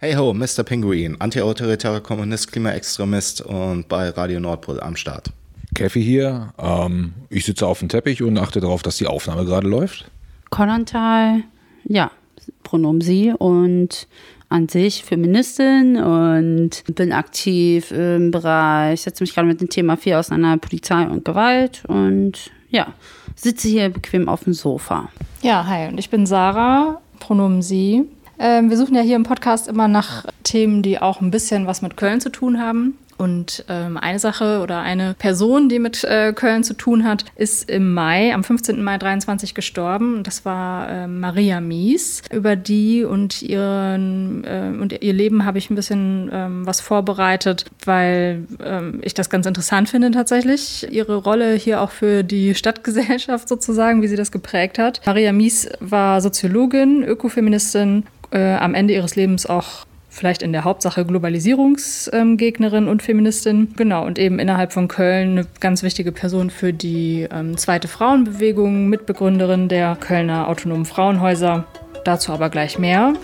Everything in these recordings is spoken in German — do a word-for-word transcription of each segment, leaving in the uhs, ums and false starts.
Hey ho, Mister Pinguin, antiautoritärer Kommunist, Klimaextremist und bei Radio Nordpol am Start. Käffi hier. Ähm, ich sitze auf dem Teppich und achte darauf, dass die Aufnahme gerade läuft. Konantal, ja, Pronomen sie und an sich Feministin und bin aktiv im Bereich, setze mich gerade mit dem Thema viel auseinander, Polizei und Gewalt und ja, sitze hier bequem auf dem Sofa. Ja, hi, und ich bin Sarah, Pronomen sie. Ähm, wir suchen ja hier im Podcast immer nach Themen, die auch ein bisschen was mit Köln zu tun haben. Und ähm, eine Sache oder eine Person, die mit äh, Köln zu tun hat, ist im Mai, am fünfzehnten Mai dreiundzwanzig gestorben. Das war äh, Maria Mies. Über die und, ihren, äh, und ihr Leben habe ich ein bisschen ähm, was vorbereitet, weil ähm, ich das ganz interessant finde tatsächlich. Ihre Rolle hier auch für die Stadtgesellschaft sozusagen, wie sie das geprägt hat. Maria Mies war Soziologin, Ökofeministin, äh, am Ende ihres Lebens auch vielleicht in der Hauptsache Globalisierungsgegnerin ähm, und Feministin. Genau, und eben innerhalb von Köln eine ganz wichtige Person für die ähm, zweite Frauenbewegung, Mitbegründerin der Kölner autonomen Frauenhäuser. Dazu aber gleich mehr.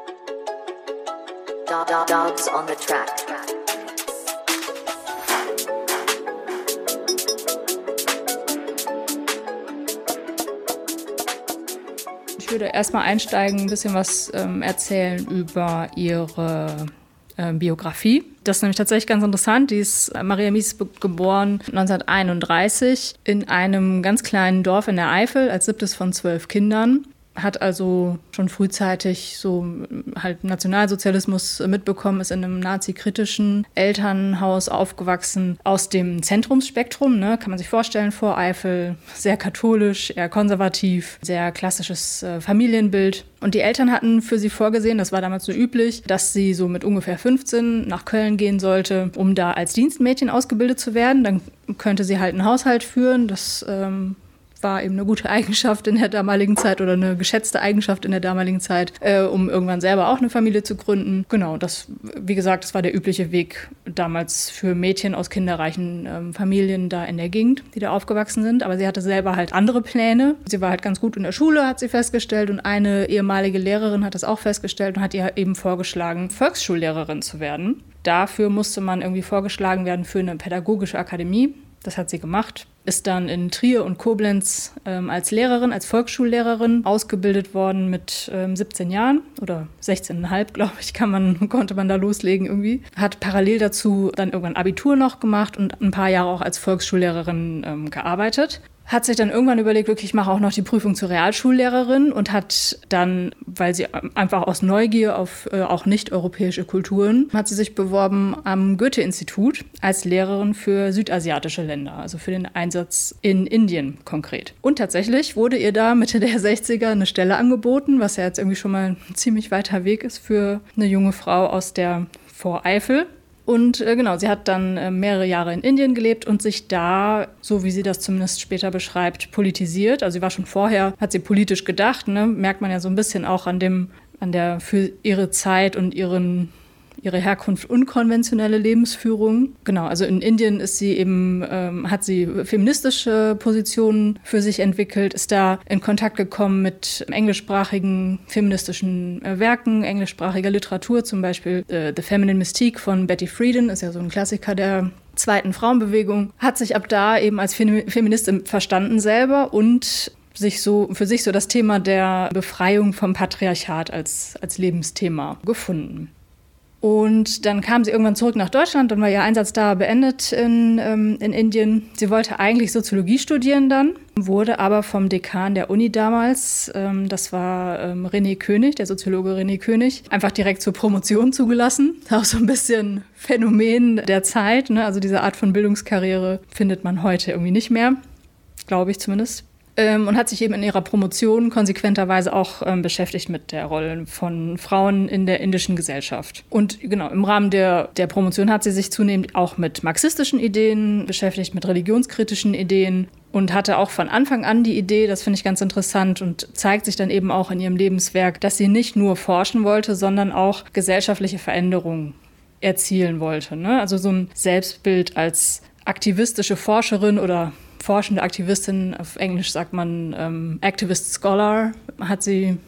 Dogs on the track. Ich würde erstmal einsteigen, ein bisschen was ähm, erzählen über ihre äh, Biografie. Das ist nämlich tatsächlich ganz interessant. Die ist, äh, Maria Mies, be- geboren neunzehnhunderteinunddreißig in einem ganz kleinen Dorf in der Eifel als siebtes von zwölf Kindern. Hat also schon frühzeitig so halt Nationalsozialismus mitbekommen, ist in einem nazi-kritischen Elternhaus aufgewachsen, aus dem Zentrumsspektrum, ne, kann man sich vorstellen, Voreifel, sehr katholisch, eher konservativ, sehr klassisches äh, Familienbild. Und die Eltern hatten für sie vorgesehen, das war damals so üblich, dass sie so mit ungefähr fünfzehn nach Köln gehen sollte, um da als Dienstmädchen ausgebildet zu werden. Dann könnte sie halt einen Haushalt führen, das ähm, war eben eine gute Eigenschaft in der damaligen Zeit oder eine geschätzte Eigenschaft in der damaligen Zeit, äh, um irgendwann selber auch eine Familie zu gründen. Genau, das, wie gesagt, das war der übliche Weg damals für Mädchen aus kinderreichen ähm, Familien da in der Gegend, die da aufgewachsen sind. Aber sie hatte selber halt andere Pläne. Sie war halt ganz gut in der Schule, hat sie festgestellt, und eine ehemalige Lehrerin hat das auch festgestellt und hat ihr eben vorgeschlagen, Volksschullehrerin zu werden. Dafür musste man irgendwie vorgeschlagen werden für eine pädagogische Akademie. Das hat sie gemacht, ist dann in Trier und Koblenz ähm, als Lehrerin, als Volksschullehrerin ausgebildet worden mit ähm, siebzehn Jahren oder sechzehn Komma fünf, glaube ich, kann man, konnte man da loslegen irgendwie. Hat parallel dazu dann irgendwann Abitur noch gemacht und ein paar Jahre auch als Volksschullehrerin ähm, gearbeitet. Hat sich dann irgendwann überlegt, okay, ich mache auch noch die Prüfung zur Realschullehrerin und hat dann, weil sie einfach aus Neugier auf äh, auch nicht-europäische Kulturen, hat sie sich beworben am Goethe-Institut als Lehrerin für südasiatische Länder, also für den Einsatz in Indien konkret. Und tatsächlich wurde ihr da Mitte der sechziger eine Stelle angeboten, was ja jetzt irgendwie schon mal ein ziemlich weiter Weg ist für eine junge Frau aus der Voreifel. Und äh, genau, sie hat dann äh, mehrere Jahre in Indien gelebt und sich da, so wie sie das zumindest später beschreibt, politisiert. Also sie war schon vorher, hat sie politisch gedacht, ne? Merkt man ja so ein bisschen auch an dem, an der für ihre Zeit und ihren ihre Herkunft unkonventionelle Lebensführung. Genau, also in Indien ist sie eben, ähm, hat sie feministische Positionen für sich entwickelt, ist da in Kontakt gekommen mit englischsprachigen feministischen äh, Werken, englischsprachiger Literatur, zum Beispiel äh, The Feminine Mystique von Betty Friedan, ist ja so ein Klassiker der zweiten Frauenbewegung, hat sich ab da eben als Fem- Feministin verstanden selber und sich so, für sich so das Thema der Befreiung vom Patriarchat als, als Lebensthema gefunden. Und dann kam sie irgendwann zurück nach Deutschland, dann war ihr Einsatz da beendet in, ähm, in Indien. Sie wollte eigentlich Soziologie studieren dann, wurde aber vom Dekan der Uni damals, ähm, das war ähm, René König, der Soziologe René König, einfach direkt zur Promotion zugelassen. Auch so ein bisschen Phänomen der Zeit, ne? Also diese Art von Bildungskarriere findet man heute irgendwie nicht mehr, glaube ich zumindest. Und hat sich eben in ihrer Promotion konsequenterweise auch ähm, beschäftigt mit der Rolle von Frauen in der indischen Gesellschaft. Und genau, im Rahmen der, der Promotion hat sie sich zunehmend auch mit marxistischen Ideen beschäftigt, mit religionskritischen Ideen und hatte auch von Anfang an die Idee, das finde ich ganz interessant und zeigt sich dann eben auch in ihrem Lebenswerk, dass sie nicht nur forschen wollte, sondern auch gesellschaftliche Veränderungen erzielen wollte, ne? Also so ein Selbstbild als aktivistische Forscherin oder forschende Aktivistin, auf Englisch sagt man ähm, Activist Scholar, hat sie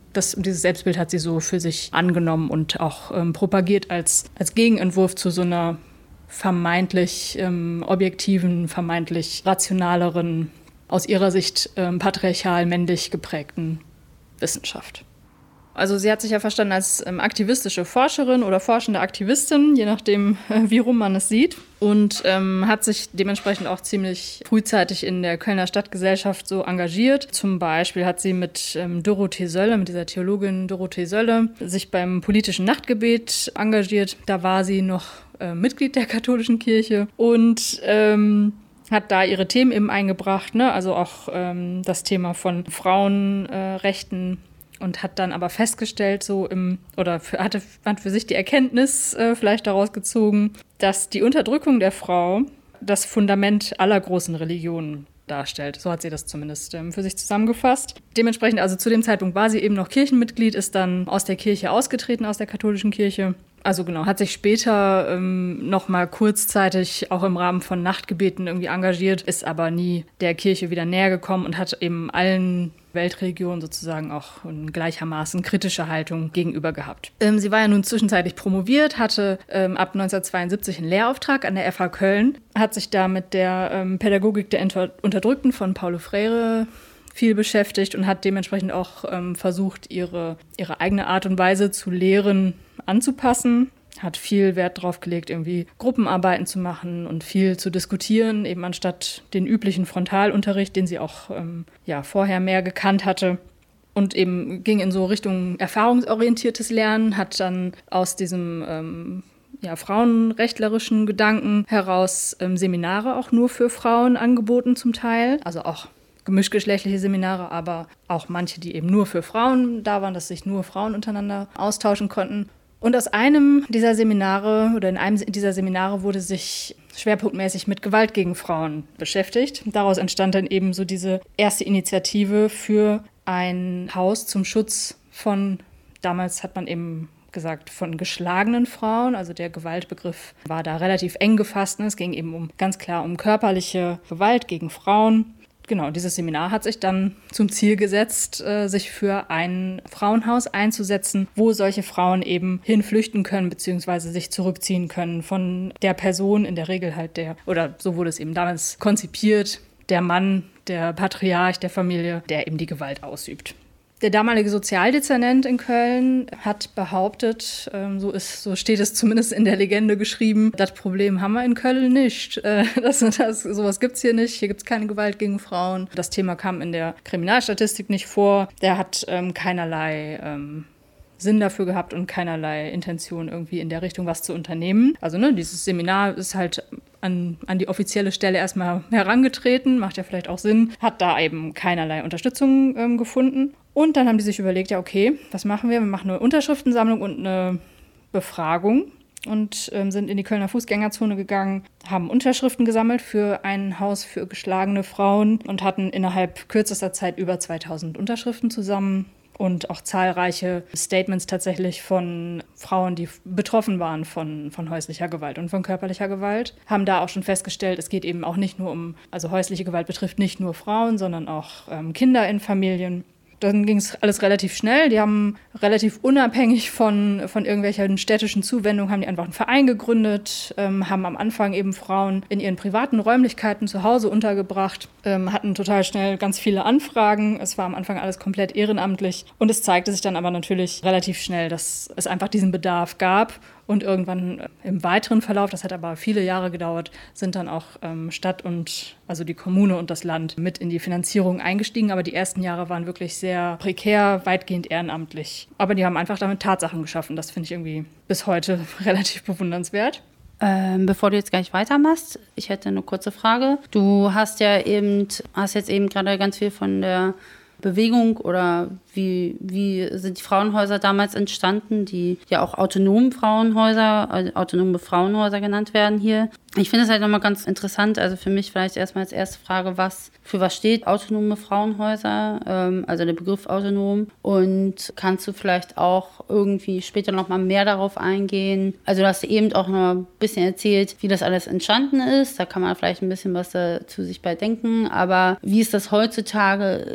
Das, dieses Selbstbild hat sie so für sich angenommen und auch ähm, propagiert als, als Gegenentwurf zu so einer vermeintlich ähm, objektiven, vermeintlich rationaleren, aus ihrer Sicht ähm, patriarchal männlich geprägten Wissenschaft. Also sie hat sich ja verstanden als ähm, aktivistische Forscherin oder forschende Aktivistin, je nachdem, äh, wie rum man es sieht. Und ähm, hat sich dementsprechend auch ziemlich frühzeitig in der Kölner Stadtgesellschaft so engagiert. Zum Beispiel hat sie mit ähm, Dorothee Sölle, mit dieser Theologin Dorothee Sölle, sich beim politischen Nachtgebet engagiert. Da war sie noch äh, Mitglied der katholischen Kirche und ähm, hat da ihre Themen eben eingebracht, ne? Also auch ähm, das Thema von Frauenrechten. Äh, Und hat dann aber festgestellt, so im, oder für, hatte, hat für sich die Erkenntnis äh, vielleicht daraus gezogen, dass die Unterdrückung der Frau das Fundament aller großen Religionen darstellt. So hat sie das zumindest ähm, für sich zusammengefasst. Dementsprechend, also zu dem Zeitpunkt war sie eben noch Kirchenmitglied, ist dann aus der Kirche ausgetreten, aus der katholischen Kirche. Also genau, hat sich später ähm, noch mal kurzzeitig auch im Rahmen von Nachtgebeten irgendwie engagiert, ist aber nie der Kirche wieder näher gekommen und hat eben allen Weltreligionen sozusagen auch eine gleichermaßen kritische Haltung gegenüber gehabt. Ähm, sie war ja nun zwischenzeitlich promoviert, hatte ähm, ab neunzehnhundertzweiundsiebzig einen Lehrauftrag an der F H Köln, hat sich da mit der ähm, Pädagogik der Enter- Unterdrückten von Paulo Freire viel beschäftigt und hat dementsprechend auch ähm, versucht, ihre, ihre eigene Art und Weise zu lehren anzupassen. Hat viel Wert darauf gelegt, irgendwie Gruppenarbeiten zu machen und viel zu diskutieren, eben anstatt den üblichen Frontalunterricht, den sie auch ähm, ja, vorher mehr gekannt hatte. Und eben ging in so Richtung erfahrungsorientiertes Lernen, hat dann aus diesem ähm, ja, frauenrechtlerischen Gedanken heraus ähm, Seminare auch nur für Frauen angeboten zum Teil. Also auch gemischtgeschlechtliche Seminare, aber auch manche, die eben nur für Frauen da waren, dass sich nur Frauen untereinander austauschen konnten. Und aus einem dieser Seminare oder in einem dieser Seminare wurde sich schwerpunktmäßig mit Gewalt gegen Frauen beschäftigt. Daraus entstand dann eben so diese erste Initiative für ein Haus zum Schutz von, damals hat man eben gesagt, von geschlagenen Frauen. Also der Gewaltbegriff war da relativ eng gefasst. Es ging eben um ganz klar um körperliche Gewalt gegen Frauen. Genau, dieses Seminar hat sich dann zum Ziel gesetzt, äh, sich für ein Frauenhaus einzusetzen, wo solche Frauen eben hinflüchten können beziehungsweise sich zurückziehen können von der Person, in der Regel halt der, oder so wurde es eben damals konzipiert, der Mann, der Patriarch der Familie, der eben die Gewalt ausübt. Der damalige Sozialdezernent in Köln hat behauptet, ähm, so, ist, so steht es zumindest in der Legende geschrieben, das Problem haben wir in Köln nicht. Äh, das, das, sowas gibt es hier nicht, hier gibt es keine Gewalt gegen Frauen. Das Thema kam in der Kriminalstatistik nicht vor. Der hat ähm, keinerlei ähm, Sinn dafür gehabt und keinerlei Intention, irgendwie in der Richtung was zu unternehmen. Also ne, dieses Seminar ist halt an, an die offizielle Stelle erstmal herangetreten, macht ja vielleicht auch Sinn, hat da eben keinerlei Unterstützung ähm, gefunden. Und dann haben die sich überlegt, ja okay, was machen wir? Wir machen eine Unterschriftensammlung und eine Befragung und ähm, sind in die Kölner Fußgängerzone gegangen, haben Unterschriften gesammelt für ein Haus für geschlagene Frauen und hatten innerhalb kürzester Zeit über zweitausend Unterschriften zusammen. Und auch zahlreiche Statements tatsächlich von Frauen, die betroffen waren von, von häuslicher Gewalt und von körperlicher Gewalt. Haben da auch schon festgestellt, es geht eben auch nicht nur um, also häusliche Gewalt betrifft nicht nur Frauen, sondern auch ähm, Kinder in Familien. Dann ging es alles relativ schnell. Die haben relativ unabhängig von, von irgendwelchen städtischen Zuwendungen, haben die einfach einen Verein gegründet, ähm, haben am Anfang eben Frauen in ihren privaten Räumlichkeiten zu Hause untergebracht, ähm, hatten total schnell ganz viele Anfragen. Es war am Anfang alles komplett ehrenamtlich. Und es zeigte sich dann aber natürlich relativ schnell, dass es einfach diesen Bedarf gab. Und irgendwann im weiteren Verlauf, das hat aber viele Jahre gedauert, sind dann auch ähm, Stadt und, also die Kommune und das Land mit in die Finanzierung eingestiegen. Aber die ersten Jahre waren wirklich sehr prekär, weitgehend ehrenamtlich. Aber die haben einfach damit Tatsachen geschaffen. Das finde ich irgendwie bis heute relativ bewundernswert. Ähm, bevor du jetzt gleich weitermachst, ich hätte eine kurze Frage. Du hast ja eben, hast jetzt eben gerade ganz viel von der Bewegung oder wie, wie sind die Frauenhäuser damals entstanden, die ja auch autonomen Frauenhäuser, also autonome Frauenhäuser genannt werden hier. Ich finde es halt nochmal ganz interessant, also für mich vielleicht erstmal als erste Frage, was für was steht autonome Frauenhäuser, ähm, also der Begriff autonom, und kannst du vielleicht auch irgendwie später nochmal mehr darauf eingehen? Also du hast eben auch noch ein bisschen erzählt, wie das alles entstanden ist, da kann man vielleicht ein bisschen was dazu sich bei denken, aber wie ist das heutzutage? Ist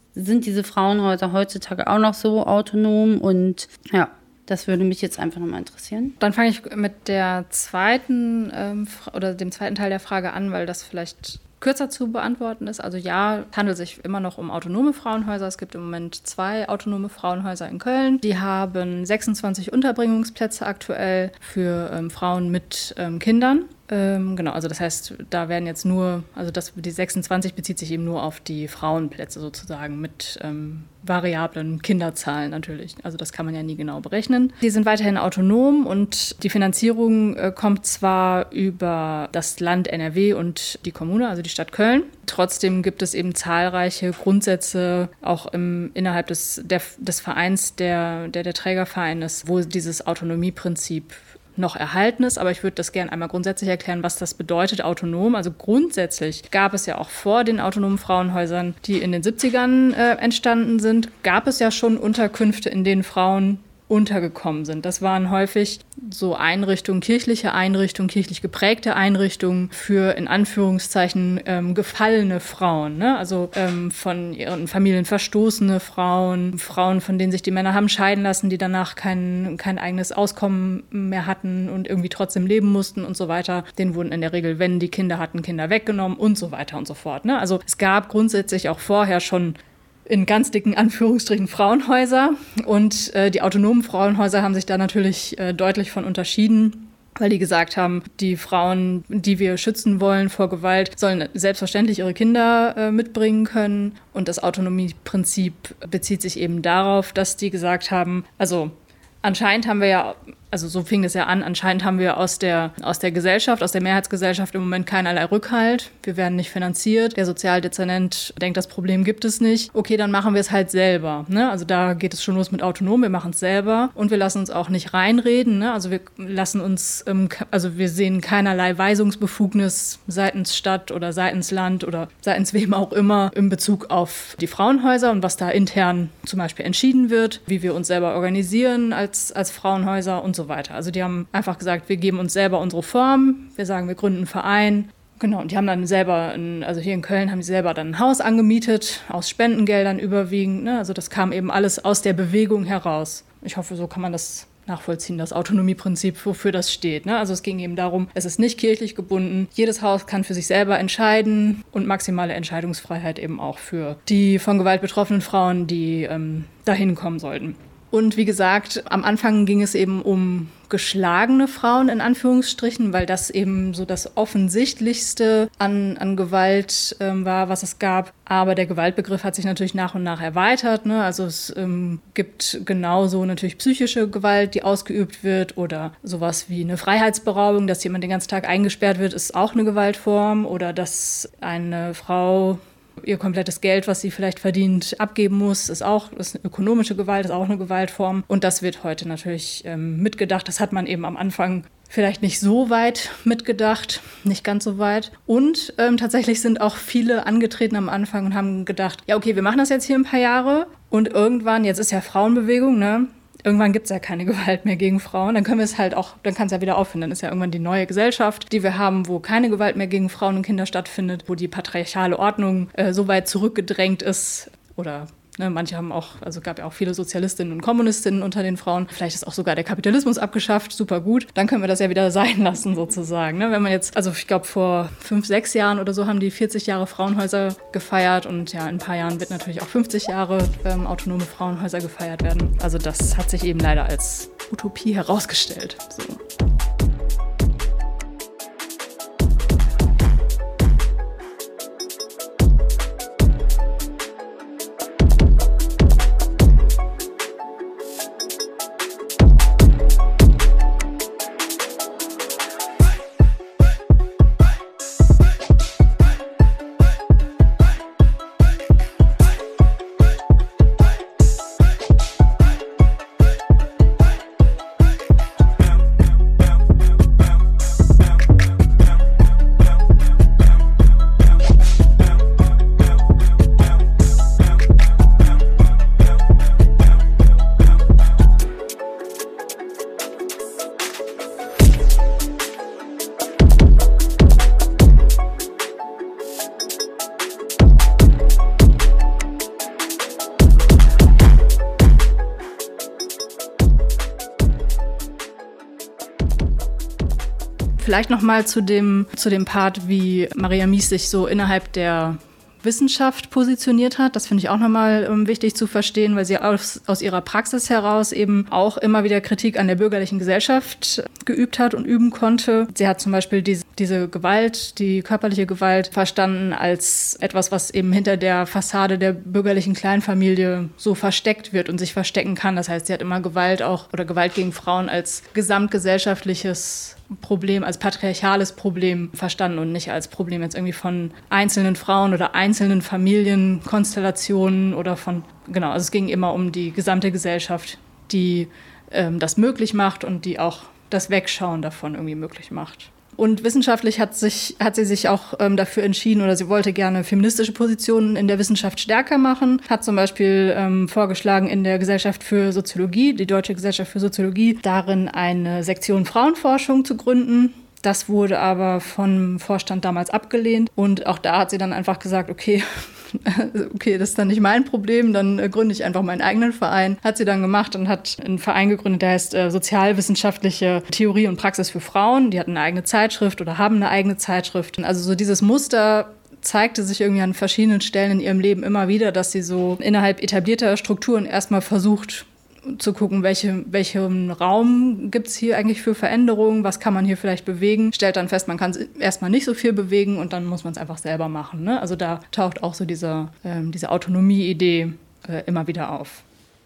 sind diese Frauenhäuser heutzutage auch noch so autonom? Und ja, das würde mich jetzt einfach nochmal interessieren. Dann fange ich mit der zweiten ähm, oder dem zweiten Teil der Frage an, weil das vielleicht kürzer zu beantworten ist. Also ja, es handelt sich immer noch um autonome Frauenhäuser. Es gibt im Moment zwei autonome Frauenhäuser in Köln. Die haben sechsundzwanzig Unterbringungsplätze aktuell für ähm, Frauen mit ähm, Kindern. Ähm, genau, also das heißt, da werden jetzt nur, also das, die sechsundzwanzig bezieht sich eben nur auf die Frauenplätze sozusagen mit ähm, variablen Kinderzahlen natürlich. Also das kann man ja nie genau berechnen. Die sind weiterhin autonom und die Finanzierung äh, kommt zwar über das Land N R W und die Kommune, also die Stadt Köln. Trotzdem gibt es eben zahlreiche Grundsätze auch im, innerhalb des, der, des Vereins, der, der der Trägerverein ist, wo dieses Autonomieprinzip noch erhalten ist, aber ich würde das gerne einmal grundsätzlich erklären, was das bedeutet, autonom. Also grundsätzlich gab es ja auch vor den autonomen Frauenhäusern, die in den siebzigern äh, entstanden sind, gab es ja schon Unterkünfte, in denen Frauen untergekommen sind. Das waren häufig so Einrichtungen, kirchliche Einrichtungen, kirchlich geprägte Einrichtungen für in Anführungszeichen ähm, gefallene Frauen, ne? Also ähm, von ihren Familien verstoßene Frauen, Frauen, von denen sich die Männer haben scheiden lassen, die danach kein, kein eigenes Auskommen mehr hatten und irgendwie trotzdem leben mussten und so weiter. Denen wurden in der Regel, wenn die Kinder hatten, Kinder weggenommen und so weiter und so fort, ne? Also es gab grundsätzlich auch vorher schon in ganz dicken Anführungsstrichen Frauenhäuser. Und äh, die autonomen Frauenhäuser haben sich da natürlich äh, deutlich von unterschieden, weil die gesagt haben, die Frauen, die wir schützen wollen vor Gewalt, sollen selbstverständlich ihre Kinder äh, mitbringen können. Und das Autonomieprinzip bezieht sich eben darauf, dass die gesagt haben, also anscheinend haben wir ja, also so fing es ja an, anscheinend haben wir aus der, aus der Gesellschaft, aus der Mehrheitsgesellschaft im Moment keinerlei Rückhalt. Wir werden nicht finanziert. Der Sozialdezernent denkt, das Problem gibt es nicht. Okay, dann machen wir es halt selber. Ne? Also da geht es schon los mit autonom. Wir machen es selber und wir lassen uns auch nicht reinreden. Ne? Also wir lassen uns, ähm, also wir sehen keinerlei Weisungsbefugnis seitens Stadt oder seitens Land oder seitens wem auch immer in Bezug auf die Frauenhäuser und was da intern zum Beispiel entschieden wird, wie wir uns selber organisieren als, als Frauenhäuser und so weiter. Also die haben einfach gesagt, wir geben uns selber unsere Form, wir sagen, wir gründen einen Verein. Genau, und die haben dann selber, ein, also hier in Köln haben die selber dann ein Haus angemietet, aus Spendengeldern überwiegend. Ne? Also das kam eben alles aus der Bewegung heraus. Ich hoffe, so kann man das nachvollziehen, das Autonomieprinzip, wofür das steht. Ne? Also es ging eben darum, es ist nicht kirchlich gebunden. Jedes Haus kann für sich selber entscheiden und maximale Entscheidungsfreiheit eben auch für die von Gewalt betroffenen Frauen, die ähm, dahin kommen sollten. Und wie gesagt, am Anfang ging es eben um geschlagene Frauen in Anführungsstrichen, weil das eben so das Offensichtlichste an, an Gewalt ähm, war, was es gab. Aber der Gewaltbegriff hat sich natürlich nach und nach erweitert. Ne? Also es ähm, gibt genauso natürlich psychische Gewalt, die ausgeübt wird oder sowas wie eine Freiheitsberaubung, dass jemand den ganzen Tag eingesperrt wird, ist auch eine Gewaltform oder dass eine Frau ihr komplettes Geld, was sie vielleicht verdient, abgeben muss, ist auch ist eine ökonomische Gewalt, ist auch eine Gewaltform. Und das wird heute natürlich ähm, mitgedacht. Das hat man eben am Anfang vielleicht nicht so weit mitgedacht, nicht ganz so weit. Und ähm, tatsächlich sind auch viele angetreten am Anfang und haben gedacht, ja okay, wir machen das jetzt hier ein paar Jahre und irgendwann, jetzt ist ja Frauenbewegung, ne? Irgendwann gibt es ja keine Gewalt mehr gegen Frauen. Dann können wir es halt auch, dann kann es ja wieder aufhören. Dann ist ja irgendwann die neue Gesellschaft, die wir haben, wo keine Gewalt mehr gegen Frauen und Kinder stattfindet, wo die patriarchale Ordnung äh, so weit zurückgedrängt ist oder ne, manche haben auch, also gab ja auch viele Sozialistinnen und Kommunistinnen unter den Frauen. Vielleicht ist auch sogar der Kapitalismus abgeschafft, super gut. Dann können wir das ja wieder sein lassen sozusagen. Ne? Wenn man jetzt, also ich glaube vor fünf, sechs Jahren oder so haben die vierzig Jahre Frauenhäuser gefeiert und ja, in ein paar Jahren wird natürlich auch fünfzig Jahre ähm, autonome Frauenhäuser gefeiert werden. Also das hat sich eben leider als Utopie herausgestellt. So. Vielleicht noch mal zu dem, zu dem Part, wie Maria Mies sich so innerhalb der Wissenschaft positioniert hat. Das finde ich auch nochmal ähm, wichtig zu verstehen, weil sie aus, aus ihrer Praxis heraus eben auch immer wieder Kritik an der bürgerlichen Gesellschaft geübt hat und üben konnte. Sie hat zum Beispiel diese, diese Gewalt, die körperliche Gewalt, verstanden als etwas, was eben hinter der Fassade der bürgerlichen Kleinfamilie so versteckt wird und sich verstecken kann. Das heißt, sie hat immer Gewalt auch oder Gewalt gegen Frauen als gesamtgesellschaftliches Problem, als patriarchales Problem verstanden und nicht als Problem jetzt irgendwie von einzelnen Frauen oder einzelnen Familienkonstellationen oder von, genau, also es ging immer um die gesamte Gesellschaft, die ähm, das möglich macht und die auch das Wegschauen davon irgendwie möglich macht. Und wissenschaftlich hat, sich, hat sie sich auch ähm, dafür entschieden, oder sie wollte gerne feministische Positionen in der Wissenschaft stärker machen. Hat zum Beispiel ähm, vorgeschlagen, in der Gesellschaft für Soziologie, die Deutsche Gesellschaft für Soziologie, darin eine Sektion Frauenforschung zu gründen. Das wurde aber vom Vorstand damals abgelehnt. Und auch da hat sie dann einfach gesagt, okay, okay, das ist dann nicht mein Problem, dann äh, gründe ich einfach meinen eigenen Verein. Hat sie dann gemacht und hat einen Verein gegründet, der heißt äh, Sozialwissenschaftliche Theorie und Praxis für Frauen. Die hatten eine eigene Zeitschrift oder haben eine eigene Zeitschrift. Also so dieses Muster zeigte sich irgendwie an verschiedenen Stellen in ihrem Leben immer wieder, dass sie so innerhalb etablierter Strukturen erstmal versucht, zu gucken, welche, welchen Raum gibt es hier eigentlich für Veränderungen, was kann man hier vielleicht bewegen, stellt dann fest, man kann erstmal nicht so viel bewegen und dann muss man es einfach selber machen. Ne? Also da taucht auch so diese, ähm, diese Autonomie-Idee äh, immer wieder auf.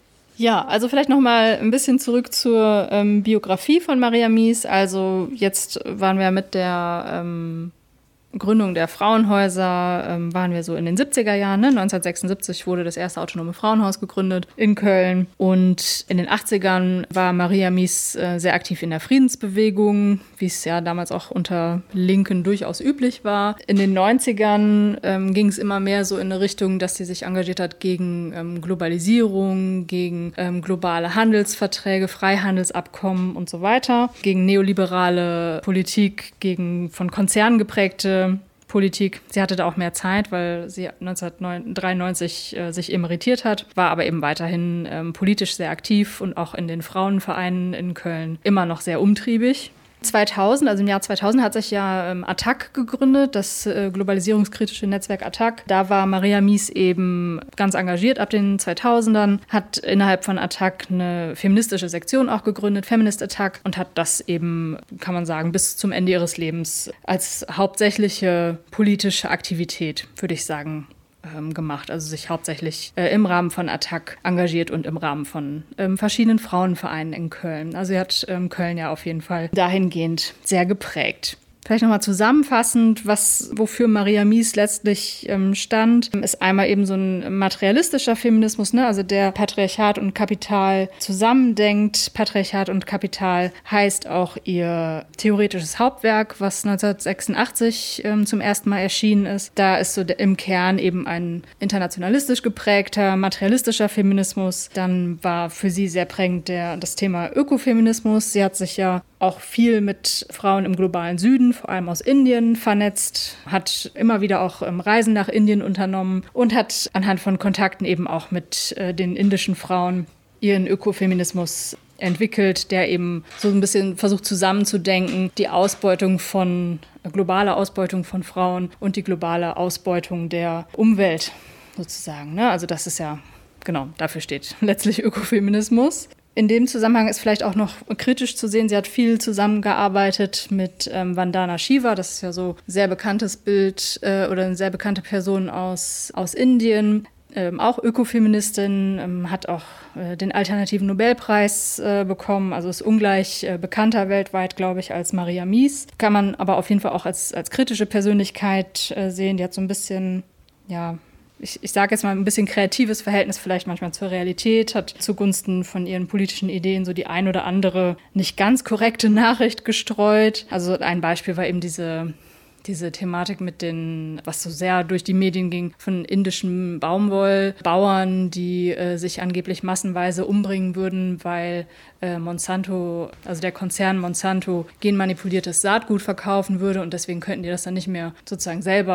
Ja, also vielleicht noch mal ein bisschen zurück zur ähm, Biografie von Maria Mies. Also jetzt waren wir mit der ähm, Gründung der Frauenhäuser, ähm, waren wir so in den siebziger Jahren. Ne? neunzehnhundertsechsundsiebzig wurde das erste autonome Frauenhaus gegründet in Köln. Und in den achtzigern war Maria Mies äh, sehr aktiv in der Friedensbewegung, wie es ja damals auch unter Linken durchaus üblich war. In den neunzigern ähm, ging es immer mehr so in eine Richtung, dass sie sich engagiert hat gegen ähm, Globalisierung, gegen ähm, globale Handelsverträge, Freihandelsabkommen und so weiter, gegen neoliberale Politik, gegen von Konzernen geprägte Politik. Sie hatte da auch mehr Zeit, weil sie neunzehnhundertdreiundneunzig äh, sich emeritiert hat, war aber eben weiterhin ähm, politisch sehr aktiv und auch in den Frauenvereinen in Köln immer noch sehr umtriebig. zweitausend, also im Jahr zweitausend, hat sich ja ähm, A T T A C gegründet, das äh, globalisierungskritische Netzwerk A T T A C. Da war Maria Mies eben ganz engagiert ab den zweitausendern, hat innerhalb von A T T A C eine feministische Sektion auch gegründet, Feminist A T T A C, und hat das eben, kann man sagen, bis zum Ende ihres Lebens als hauptsächliche politische Aktivität, würde ich sagen, gemacht, also sich hauptsächlich äh, im Rahmen von A T T A C engagiert und im Rahmen von ähm, verschiedenen Frauenvereinen in Köln. Also sie hat ähm, Köln ja auf jeden Fall dahingehend sehr geprägt. Vielleicht nochmal zusammenfassend, was, wofür Maria Mies letztlich ähm, stand, ist einmal eben so ein materialistischer Feminismus, ne? Also der Patriarchat und Kapital zusammendenkt. Patriarchat und Kapital heißt auch ihr theoretisches Hauptwerk, was neunzehnhundertsechsundachtzig ähm, zum ersten Mal erschienen ist. Da ist so der, im Kern eben ein internationalistisch geprägter, materialistischer Feminismus. Dann war für sie sehr prägend der, das Thema Ökofeminismus. Sie hat sich ja auch viel mit Frauen im globalen Süden, vor allem aus Indien, vernetzt, hat immer wieder auch ähm, Reisen nach Indien unternommen und hat anhand von Kontakten eben auch mit äh, den indischen Frauen ihren Ökofeminismus entwickelt, der eben so ein bisschen versucht zusammenzudenken, die Ausbeutung von, äh, globale Ausbeutung von Frauen und die globale Ausbeutung der Umwelt sozusagen. Ne? Also das ist ja, genau, dafür steht letztlich Ökofeminismus. In dem Zusammenhang ist vielleicht auch noch kritisch zu sehen, sie hat viel zusammengearbeitet mit ähm, Vandana Shiva, das ist ja so ein sehr bekanntes Bild äh, oder eine sehr bekannte Person aus, aus Indien, ähm, auch Ökofeministin, ähm, hat auch äh, den alternativen Nobelpreis äh, bekommen, also ist ungleich äh, bekannter weltweit, glaube ich, als Maria Mies. Kann man aber auf jeden Fall auch als, als kritische Persönlichkeit äh, sehen, die hat so ein bisschen, ja, Ich, ich sage jetzt mal ein bisschen kreatives Verhältnis vielleicht manchmal zur Realität, hat zugunsten von ihren politischen Ideen so die ein oder andere nicht ganz korrekte Nachricht gestreut. Also ein Beispiel war eben diese, diese Thematik mit den, was so sehr durch die Medien ging, von indischen Baumwollbauern, die äh, sich angeblich massenweise umbringen würden, weil äh, Monsanto, also der Konzern Monsanto, genmanipuliertes Saatgut verkaufen würde und deswegen könnten die das dann nicht mehr sozusagen selber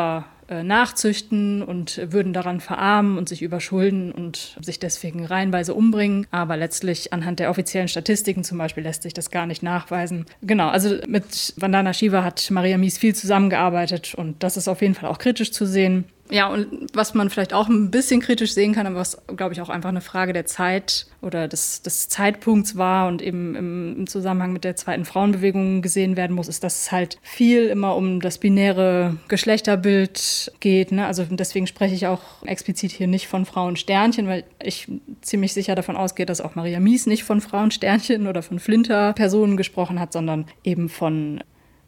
äh, nachzüchten und würden daran verarmen und sich überschulden und sich deswegen reihenweise umbringen. Aber letztlich anhand der offiziellen Statistiken zum Beispiel lässt sich das gar nicht nachweisen. Genau, also mit Vandana Shiva hat Maria Mies viel zusammengearbeitet und das ist auf jeden Fall auch kritisch zu sehen. Ja, und was man vielleicht auch ein bisschen kritisch sehen kann, aber was, glaube ich, auch einfach eine Frage der Zeit oder des, des Zeitpunkts war und eben im, im Zusammenhang mit der zweiten Frauenbewegung gesehen werden muss, ist, dass es halt viel immer um das binäre Geschlechterbild geht. Ne? Also deswegen spreche ich auch explizit hier nicht von Frauensternchen, weil ich ziemlich sicher davon ausgehe, dass auch Maria Mies nicht von Frauensternchen oder von Flinter-Personen gesprochen hat, sondern eben von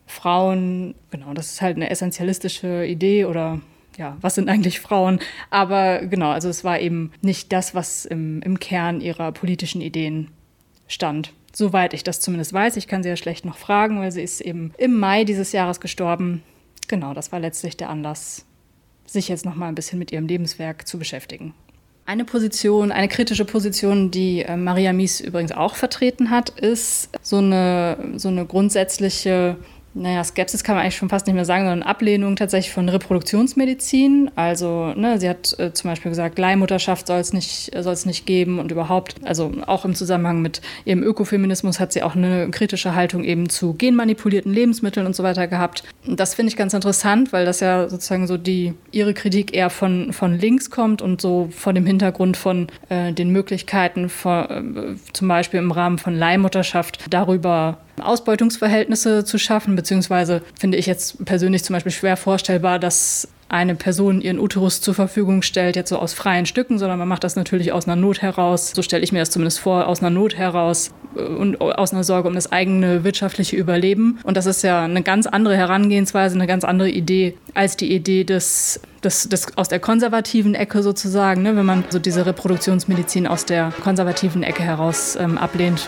Frauen. Genau, das ist halt eine essentialistische Idee oder ja, was sind eigentlich Frauen? Aber genau, also es war eben nicht das, was im, im Kern ihrer politischen Ideen stand. Soweit ich das zumindest weiß. Ich kann sie ja schlecht noch fragen, weil sie ist eben im Mai dieses Jahres gestorben. Genau, das war letztlich der Anlass, sich jetzt noch mal ein bisschen mit ihrem Lebenswerk zu beschäftigen. Eine Position, eine kritische Position, die äh, Maria Mies übrigens auch vertreten hat, ist so eine, so eine grundsätzliche Naja, Skepsis kann man eigentlich schon fast nicht mehr sagen, sondern Ablehnung tatsächlich von Reproduktionsmedizin. Also, ne, sie hat äh, zum Beispiel gesagt, Leihmutterschaft soll es nicht, soll es nicht geben und überhaupt, also auch im Zusammenhang mit ihrem Ökofeminismus hat sie auch eine kritische Haltung eben zu genmanipulierten Lebensmitteln und so weiter gehabt. Und das finde ich ganz interessant, weil das ja sozusagen so die, ihre Kritik eher von, von links kommt und so vor dem Hintergrund von äh, den Möglichkeiten, von, äh, zum Beispiel im Rahmen von Leihmutterschaft, darüber Ausbeutungsverhältnisse zu schaffen, beziehungsweise finde ich jetzt persönlich zum Beispiel schwer vorstellbar, dass eine Person ihren Uterus zur Verfügung stellt, jetzt so aus freien Stücken, sondern man macht das natürlich aus einer Not heraus, so stelle ich mir das zumindest vor, aus einer Not heraus und aus einer Sorge um das eigene wirtschaftliche Überleben. Und das ist ja eine ganz andere Herangehensweise, eine ganz andere Idee als die Idee des, des, des aus der konservativen Ecke sozusagen, ne, wenn man so diese Reproduktionsmedizin aus der konservativen Ecke heraus ähm, ablehnt.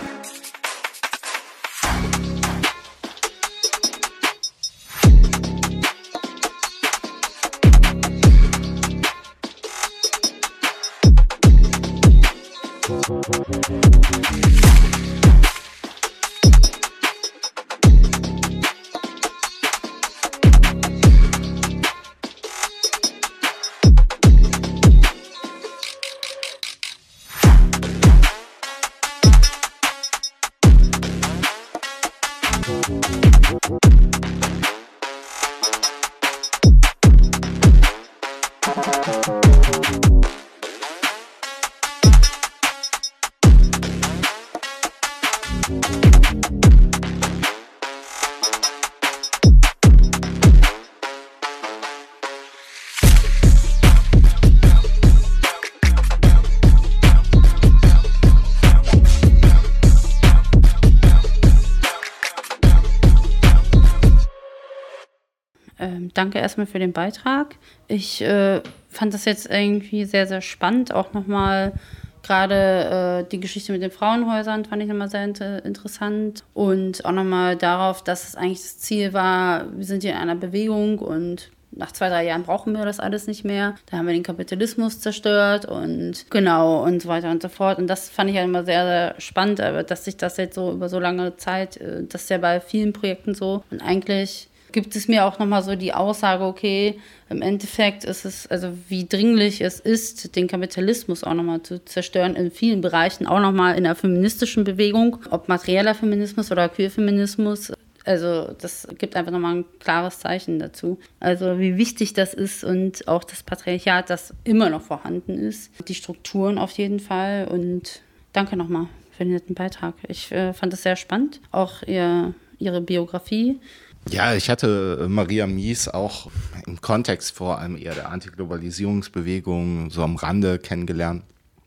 Ähm, danke erstmal für den Beitrag. Ich äh, fand das jetzt irgendwie sehr, sehr spannend. Auch nochmal gerade äh, die Geschichte mit den Frauenhäusern fand ich nochmal sehr inter- interessant. Und auch nochmal darauf, dass es eigentlich das Ziel war, wir sind hier in einer Bewegung und nach zwei, drei Jahren brauchen wir das alles nicht mehr. Da haben wir den Kapitalismus zerstört und genau und so weiter und so fort. Und das fand ich halt immer sehr, sehr spannend, aber dass sich das jetzt so über so lange Zeit, das ist ja bei vielen Projekten so. Und eigentlich gibt es mir auch nochmal so die Aussage, okay, im Endeffekt ist es, also wie dringlich es ist, den Kapitalismus auch nochmal zu zerstören, in vielen Bereichen, auch nochmal in der feministischen Bewegung, ob materieller Feminismus oder Queerfeminismus. Also das gibt einfach nochmal ein klares Zeichen dazu. Also wie wichtig das ist und auch das Patriarchat, das immer noch vorhanden ist. Die Strukturen auf jeden Fall und danke nochmal für den netten Beitrag. Ich äh, fand es sehr spannend, auch ihr, ihre Biografie. Ja, ich hatte Maria Mies auch im Kontext vor allem eher der Antiglobalisierungsbewegung so am Rande kennengelernt.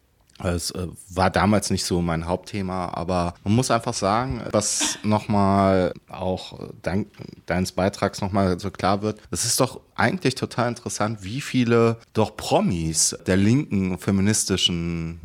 Es war damals nicht so mein Hauptthema, aber man muss einfach sagen, was nochmal auch dank deines Beitrags nochmal so klar wird, es ist doch eigentlich total interessant, wie viele doch Promis der linken feministischen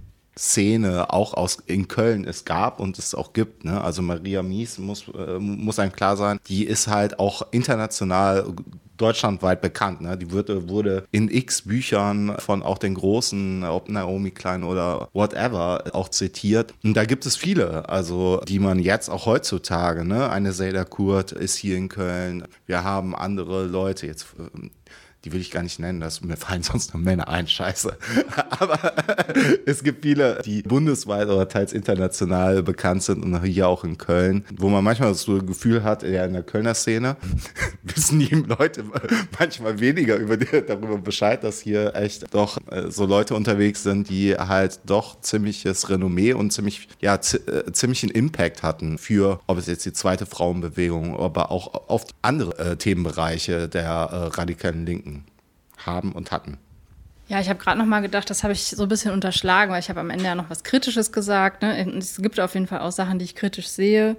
Szene auch aus in Köln es gab und es auch gibt. Ne? Also Maria Mies muss, äh, muss einem klar sein, die ist halt auch international deutschlandweit bekannt. Ne? Die wurde, wurde in x Büchern von auch den großen, ob Naomi Klein oder whatever, auch zitiert. Und da gibt es viele, also die man jetzt auch heutzutage, ne? Eine Zeyda Kurt ist hier in Köln. Wir haben andere Leute jetzt, die will ich gar nicht nennen, das, mir fallen sonst nur Männer ein, scheiße. Aber es gibt viele, die bundesweit oder teils international bekannt sind und hier auch in Köln, wo man manchmal so ein Gefühl hat, ja, in der Kölner Szene wissen die Leute manchmal weniger über die, darüber Bescheid, dass hier echt doch äh, so Leute unterwegs sind, die halt doch ziemliches Renommee und ziemlich, ja, z- äh, ziemlichen Impact hatten für, ob es jetzt die zweite Frauenbewegung, aber auch auf andere äh, Themenbereiche der äh, radikalen Linken haben und hatten. Ja, ich habe gerade noch mal gedacht, das habe ich so ein bisschen unterschlagen, weil ich habe am Ende ja noch was Kritisches gesagt. Ne? Es gibt auf jeden Fall auch Sachen, die ich kritisch sehe.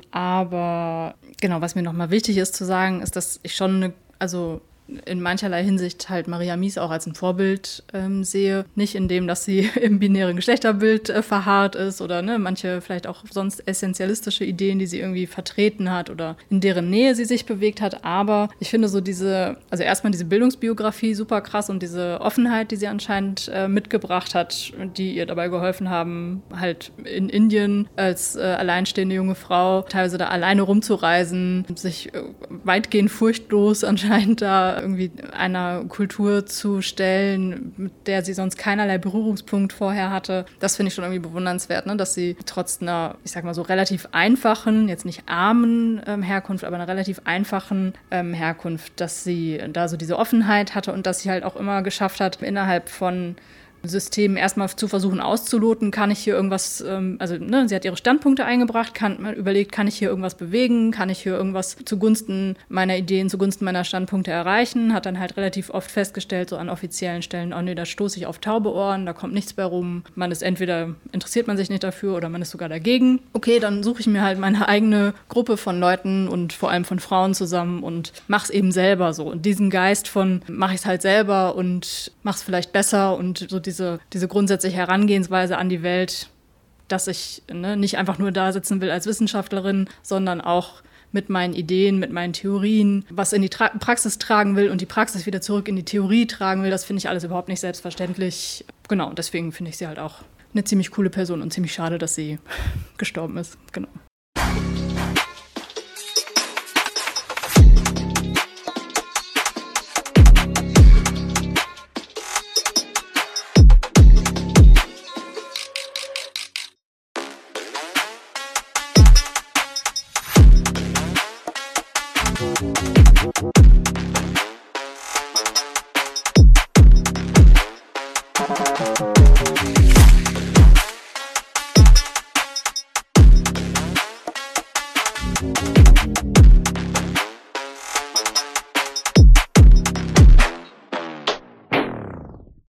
Aber genau, was mir noch mal wichtig ist zu sagen, ist, dass ich schon eine, also in mancherlei Hinsicht halt Maria Mies auch als ein Vorbild ähm, sehe. Nicht in dem, dass sie im binären Geschlechterbild äh, verharrt ist oder ne, manche vielleicht auch sonst essentialistische Ideen, die sie irgendwie vertreten hat oder in deren Nähe sie sich bewegt hat. Aber ich finde so diese, also erstmal diese Bildungsbiografie super krass und diese Offenheit, die sie anscheinend äh, mitgebracht hat, die ihr dabei geholfen haben, halt in Indien als äh, alleinstehende junge Frau teilweise da alleine rumzureisen, sich äh, weitgehend furchtlos anscheinend da irgendwie einer Kultur zu stellen, mit der sie sonst keinerlei Berührungspunkt vorher hatte. Das finde ich schon irgendwie bewundernswert, ne? Dass sie trotz einer, ich sag mal so relativ einfachen, jetzt nicht armen ähm, Herkunft, aber einer relativ einfachen ähm, Herkunft, dass sie da so diese Offenheit hatte und dass sie halt auch immer geschafft hat, innerhalb von System erstmal zu versuchen auszuloten, kann ich hier irgendwas, ähm, also ne, sie hat ihre Standpunkte eingebracht, kann, überlegt, kann ich hier irgendwas bewegen, kann ich hier irgendwas zugunsten meiner Ideen, zugunsten meiner Standpunkte erreichen, hat dann halt relativ oft festgestellt, so an offiziellen Stellen, oh nee, da stoße ich auf taube Ohren, da kommt nichts bei rum, man ist entweder, interessiert man sich nicht dafür oder man ist sogar dagegen. Okay, dann suche ich mir halt meine eigene Gruppe von Leuten und vor allem von Frauen zusammen und mach's eben selber so. Und diesen Geist von, mach ich's halt selber und mach's vielleicht besser und so die Diese, diese grundsätzliche Herangehensweise an die Welt, dass ich ne, nicht einfach nur da sitzen will als Wissenschaftlerin, sondern auch mit meinen Ideen, mit meinen Theorien, was in die Tra- Praxis tragen will und die Praxis wieder zurück in die Theorie tragen will, das finde ich alles überhaupt nicht selbstverständlich. Genau, deswegen finde ich sie halt auch eine ziemlich coole Person und ziemlich schade, dass sie gestorben ist. Genau.